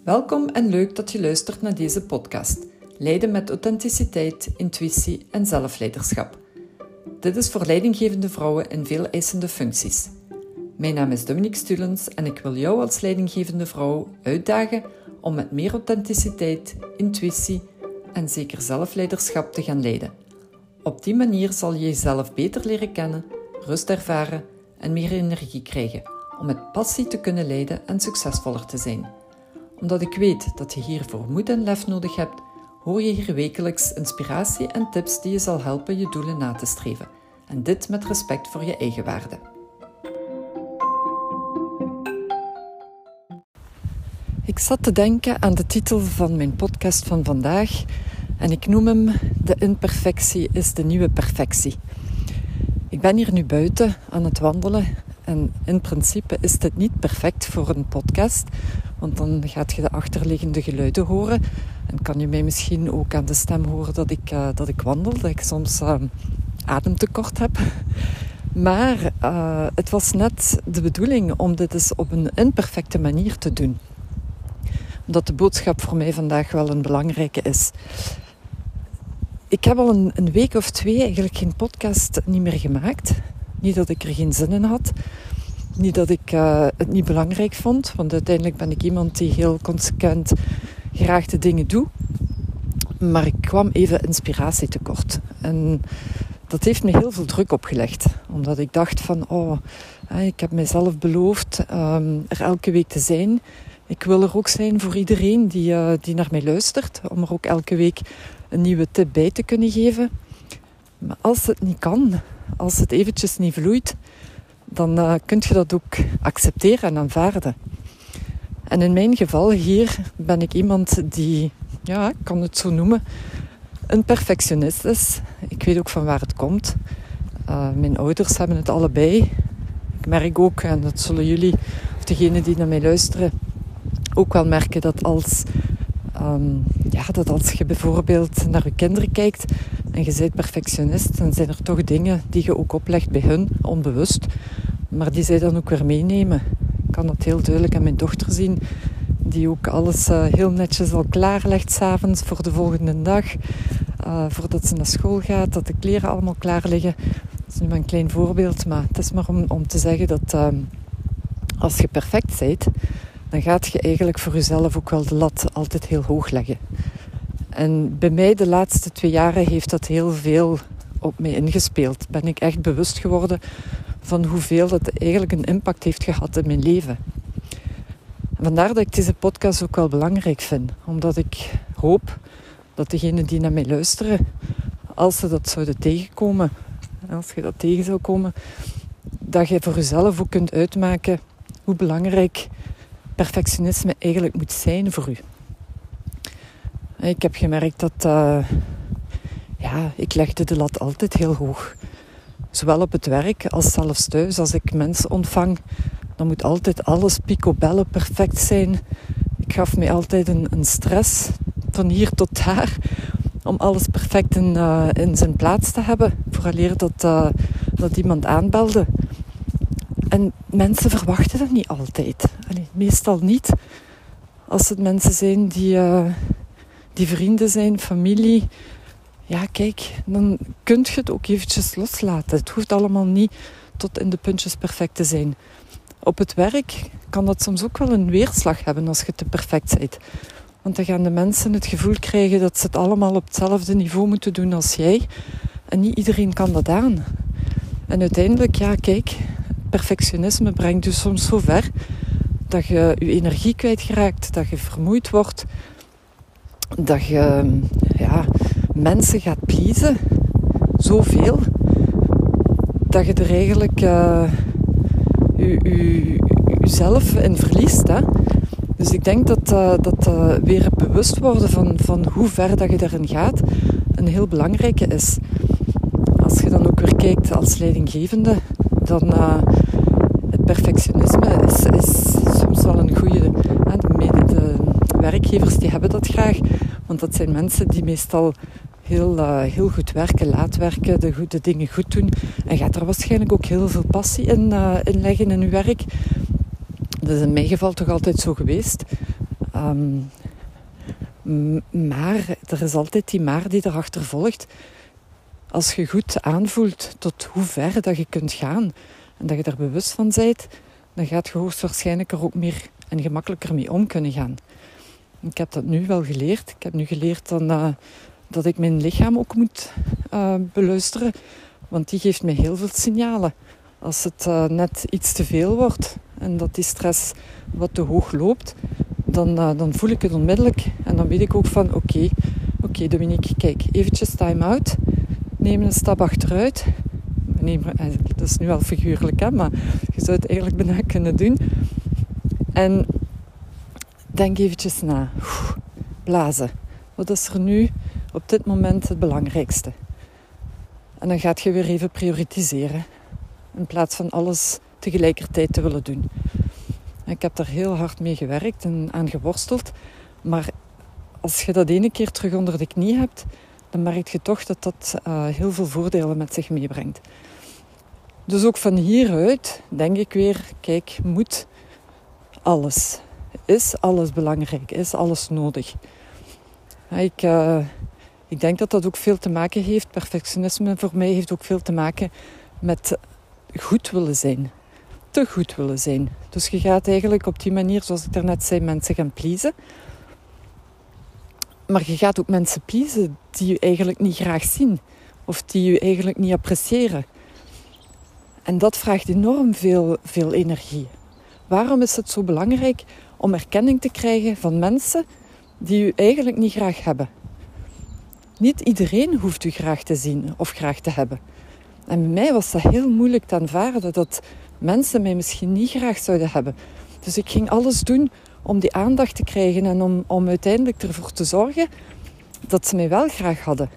Welkom en leuk dat je luistert naar deze podcast. Leiden met authenticiteit, intuïtie en zelfleiderschap. Dit is voor leidinggevende vrouwen in veel eisende functies. Mijn naam is Dominique Stulens en ik wil jou als leidinggevende vrouw uitdagen om met meer authenticiteit, intuïtie en zeker zelfleiderschap te gaan leiden. Op die manier zal je jezelf beter leren kennen, rust ervaren en meer energie krijgen om met passie te kunnen leiden en succesvoller te zijn. Omdat ik weet dat je hiervoor moed en lef nodig hebt, hoor je hier wekelijks inspiratie en tips die je zal helpen je doelen na te streven. En dit met respect voor je eigen waarde. Ik zat te denken aan de titel van mijn podcast van vandaag en ik noem hem De imperfectie is de nieuwe perfectie. Ik ben hier nu buiten aan het wandelen en in principe is dit niet perfect voor een podcast, want dan gaat je de achterliggende geluiden horen en kan je mij misschien ook aan de stem horen dat ik wandel, dat ik soms ademtekort heb. Maar het was net de bedoeling om dit eens op een imperfecte manier te doen. Omdat de boodschap voor mij vandaag wel een belangrijke is. Ik heb al een week of 2 eigenlijk geen podcast niet meer gemaakt. Niet dat ik er geen zin in had. Niet dat ik het niet belangrijk vond. Want uiteindelijk ben ik iemand die heel consequent graag de dingen doet. Maar ik kwam even inspiratie tekort. En dat heeft me heel veel druk opgelegd. Omdat ik dacht van, ik heb mezelf beloofd er elke week te zijn. Ik wil er ook zijn voor iedereen die naar mij luistert. Om er ook elke week een nieuwe tip bij te kunnen geven. Maar als het niet kan, als het eventjes niet vloeit, dan kun je dat ook accepteren en aanvaarden. En in mijn geval hier ben ik iemand die, ik kan het zo noemen, een perfectionist is. Ik weet ook van waar het komt. Mijn ouders hebben het allebei. Ik merk ook, en dat zullen jullie, of degenen die naar mij luisteren, ook wel merken dat als je bijvoorbeeld naar je kinderen kijkt en je bent perfectionist, dan zijn er toch dingen die je ook oplegt bij hun, onbewust, maar die zij dan ook weer meenemen. Ik kan dat heel duidelijk aan mijn dochter zien, die ook alles heel netjes al klaarlegt 's avonds voor de volgende dag, voordat ze naar school gaat, dat de kleren allemaal klaar liggen. Dat is nu maar een klein voorbeeld, maar het is maar om te zeggen dat als je perfect bent, dan gaat je eigenlijk voor jezelf ook wel de lat altijd heel hoog leggen. En bij mij de laatste 2 jaren heeft dat heel veel op mij ingespeeld. Ben ik echt bewust geworden van hoeveel het eigenlijk een impact heeft gehad in mijn leven. En vandaar dat ik deze podcast ook wel belangrijk vind. Omdat ik hoop dat degenen die naar mij luisteren, als ze dat zouden tegenkomen, als je dat tegen zou komen, dat je voor jezelf ook kunt uitmaken hoe belangrijk perfectionisme eigenlijk moet zijn voor u. Ik heb gemerkt dat ik legde de lat altijd heel hoog. Zowel op het werk als zelfs thuis. Als ik mensen ontvang, dan moet altijd alles picobello perfect zijn. Ik gaf mij altijd een stress van hier tot daar om alles perfect in zijn plaats te hebben. Vooraleer dat iemand aanbelde. En mensen verwachten dat niet altijd. Meestal niet. Als het mensen zijn die vrienden zijn, familie. Ja, kijk, dan kun je het ook eventjes loslaten. Het hoeft allemaal niet tot in de puntjes perfect te zijn. Op het werk kan dat soms ook wel een weerslag hebben als je te perfect bent. Want dan gaan de mensen het gevoel krijgen dat ze het allemaal op hetzelfde niveau moeten doen als jij. En niet iedereen kan dat aan. En uiteindelijk, perfectionisme brengt dus soms zo ver dat je je energie kwijtraakt, dat je vermoeid wordt, dat je mensen gaat pleasen, zoveel, dat je er eigenlijk jezelf in verliest. Hè? Dus ik denk dat weer het bewust worden van hoe ver dat je daarin gaat een heel belangrijke is. Als je dan ook weer kijkt als leidinggevende, dan het perfectionisme is soms wel een goede. De werkgevers die hebben dat graag, want dat zijn mensen die meestal heel goed werken, laat werken, de dingen goed doen. En gaat er waarschijnlijk ook heel veel passie in leggen in uw werk. Dat is in mijn geval toch altijd zo geweest. Maar er is altijd die maar die erachter volgt. Als je goed aanvoelt tot hoe ver dat je kunt gaan en dat je daar bewust van bent, dan gaat je hoogstwaarschijnlijk er ook meer en gemakkelijker mee om kunnen gaan. Ik heb dat nu wel geleerd. Ik heb nu geleerd dat ik mijn lichaam ook moet beluisteren, want die geeft mij heel veel signalen. Als het net iets te veel wordt en dat die stress wat te hoog loopt, dan voel ik het onmiddellijk. En dan weet ik ook van oké, Dominique, kijk, eventjes time out. Neem een stap achteruit. Dat is nu al figuurlijk, hè, maar je zou het eigenlijk bijna kunnen doen. En denk eventjes na. Blazen. Wat is er nu op dit moment het belangrijkste? En dan gaat je weer even prioritiseren. In plaats van alles tegelijkertijd te willen doen. En ik heb daar heel hard mee gewerkt en aan geworsteld. Maar als je dat ene keer terug onder de knie hebt, dan merk je toch dat heel veel voordelen met zich meebrengt. Dus ook van hieruit denk ik weer, kijk, moet alles. Is alles belangrijk? Is alles nodig? Ik denk dat dat ook veel te maken heeft. Perfectionisme voor mij heeft ook veel te maken met goed willen zijn. Te goed willen zijn. Dus je gaat eigenlijk op die manier, zoals ik daarnet zei, mensen gaan pleasen. Maar je gaat ook mensen pleasen die je eigenlijk niet graag zien. Of die je eigenlijk niet appreciëren. En dat vraagt enorm veel energie. Waarom is het zo belangrijk om erkenning te krijgen van mensen die u eigenlijk niet graag hebben? Niet iedereen hoeft u graag te zien of graag te hebben. En bij mij was dat heel moeilijk te aanvaarden dat mensen mij misschien niet graag zouden hebben. Dus ik ging alles doen om die aandacht te krijgen en om uiteindelijk ervoor te zorgen dat ze mij wel graag hadden.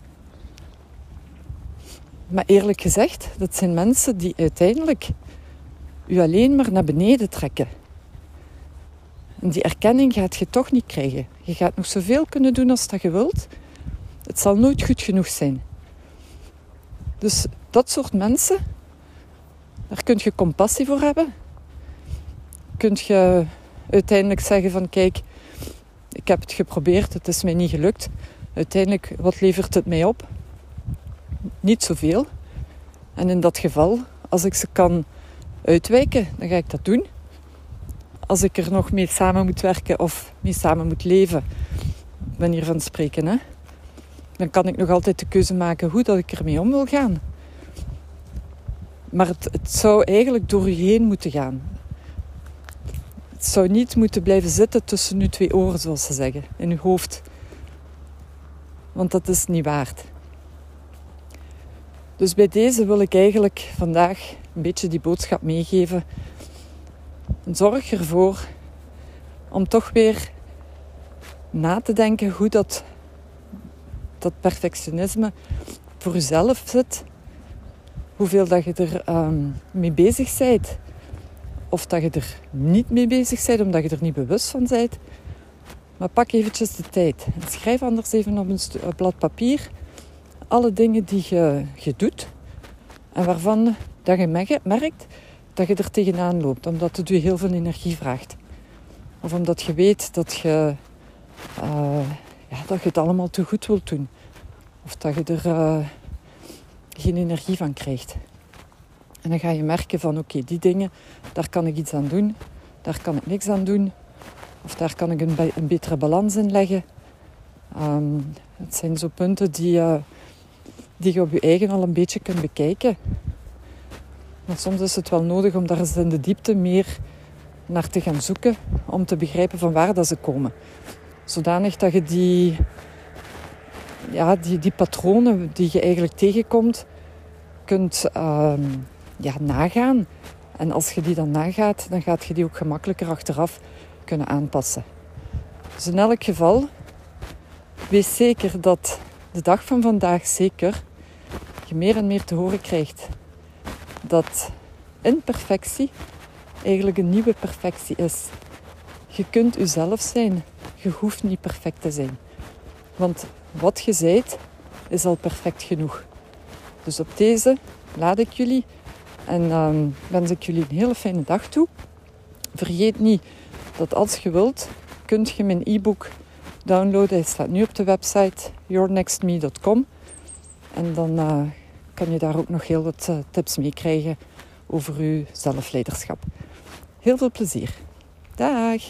Maar eerlijk gezegd, dat zijn mensen die uiteindelijk u alleen maar naar beneden trekken. En die erkenning gaat je toch niet krijgen. Je gaat nog zoveel kunnen doen als dat je wilt. Het zal nooit goed genoeg zijn. Dus dat soort mensen, daar kun je compassie voor hebben. Kun je uiteindelijk zeggen van kijk, ik heb het geprobeerd, het is mij niet gelukt. Uiteindelijk, wat levert het mij op? Niet zoveel. En in dat geval, als ik ze kan uitwijken, dan ga ik dat doen. Als ik er nog mee samen moet werken of mee samen moet leven, manier van spreken, hè, dan kan ik nog altijd de keuze maken hoe dat ik ermee om wil gaan. Maar het zou eigenlijk door je heen moeten gaan. Het zou niet moeten blijven zitten tussen uw twee oren, zoals ze zeggen, in uw hoofd. Want dat is niet waard. Dus bij deze wil ik eigenlijk vandaag een beetje die boodschap meegeven. En zorg ervoor om toch weer na te denken hoe dat perfectionisme voor jezelf zit. Hoeveel dat je er mee bezig bent. Of dat je er niet mee bezig bent, omdat je er niet bewust van bent. Maar pak eventjes de tijd. En schrijf anders even op een blad papier alle dingen die je doet. En waarvan dat je merkt dat je er tegenaan loopt. Omdat het je heel veel energie vraagt. Of omdat je weet dat je het allemaal te goed wilt doen. Of dat je er geen energie van krijgt. En dan ga je merken van oké, die dingen, daar kan ik iets aan doen. Daar kan ik niks aan doen. Of daar kan ik een betere balans in leggen. Het zijn zo punten die je op je eigen al een beetje kunt bekijken. Maar soms is het wel nodig om daar eens in de diepte meer naar te gaan zoeken. Om te begrijpen van waar dat ze komen. Zodanig dat je die patronen die je eigenlijk tegenkomt, kunt nagaan. En als je die dan nagaat, dan gaat je die ook gemakkelijker achteraf kunnen aanpassen. Dus in elk geval, wees zeker dat de dag van vandaag zeker je meer en meer te horen krijgt dat imperfectie eigenlijk een nieuwe perfectie is. Je kunt jezelf zijn. Je hoeft niet perfect te zijn. Want wat je zijt, is al perfect genoeg. Dus op deze laat ik jullie en wens ik jullie een hele fijne dag toe. Vergeet niet dat als je wilt, kun je mijn e-book downloaden. Hij staat nu op de website yournextme.com. En dan kan je daar ook nog heel wat tips mee krijgen over uw zelfleiderschap. Heel veel plezier. Dag!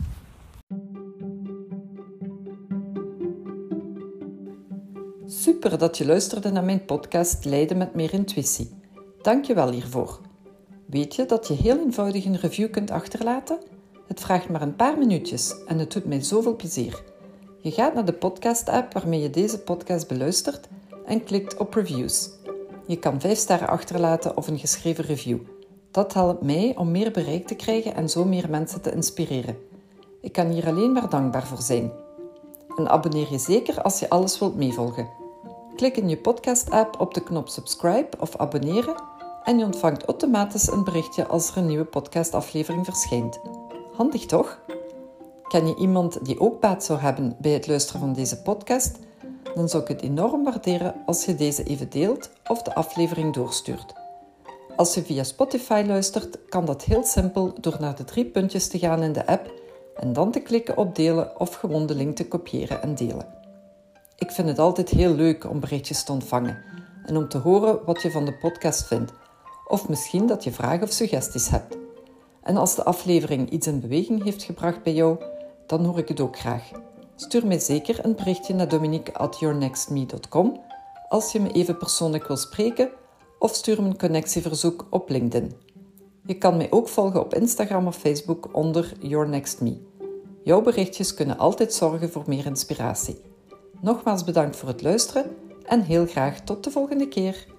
Super dat je luisterde naar mijn podcast Leiden met meer intuïtie. Dank je wel hiervoor. Weet je dat je heel eenvoudig een review kunt achterlaten? Het vraagt maar een paar minuutjes en het doet mij zoveel plezier. Je gaat naar de podcast-app waarmee je deze podcast beluistert en klikt op reviews. Je kan 5 sterren achterlaten of een geschreven review. Dat helpt mij om meer bereik te krijgen en zo meer mensen te inspireren. Ik kan hier alleen maar dankbaar voor zijn. En abonneer je zeker als je alles wilt meevolgen. Klik in je podcast-app op de knop subscribe of abonneren en je ontvangt automatisch een berichtje als er een nieuwe podcastaflevering verschijnt. Handig toch? Ken je iemand die ook baat zou hebben bij het luisteren van deze podcast? Dan zou ik het enorm waarderen als je deze even deelt of de aflevering doorstuurt. Als je via Spotify luistert, kan dat heel simpel door naar de 3 puntjes te gaan in de app en dan te klikken op delen of gewoon de link te kopiëren en delen. Ik vind het altijd heel leuk om berichtjes te ontvangen en om te horen wat je van de podcast vindt, of misschien dat je vragen of suggesties hebt. En als de aflevering iets in beweging heeft gebracht bij jou, dan hoor ik het ook graag. Stuur mij zeker een berichtje naar dominique@yournextme.com als je me even persoonlijk wil spreken of stuur me een connectieverzoek op LinkedIn. Je kan mij ook volgen op Instagram of Facebook onder yournextme. Jouw berichtjes kunnen altijd zorgen voor meer inspiratie. Nogmaals bedankt voor het luisteren en heel graag tot de volgende keer.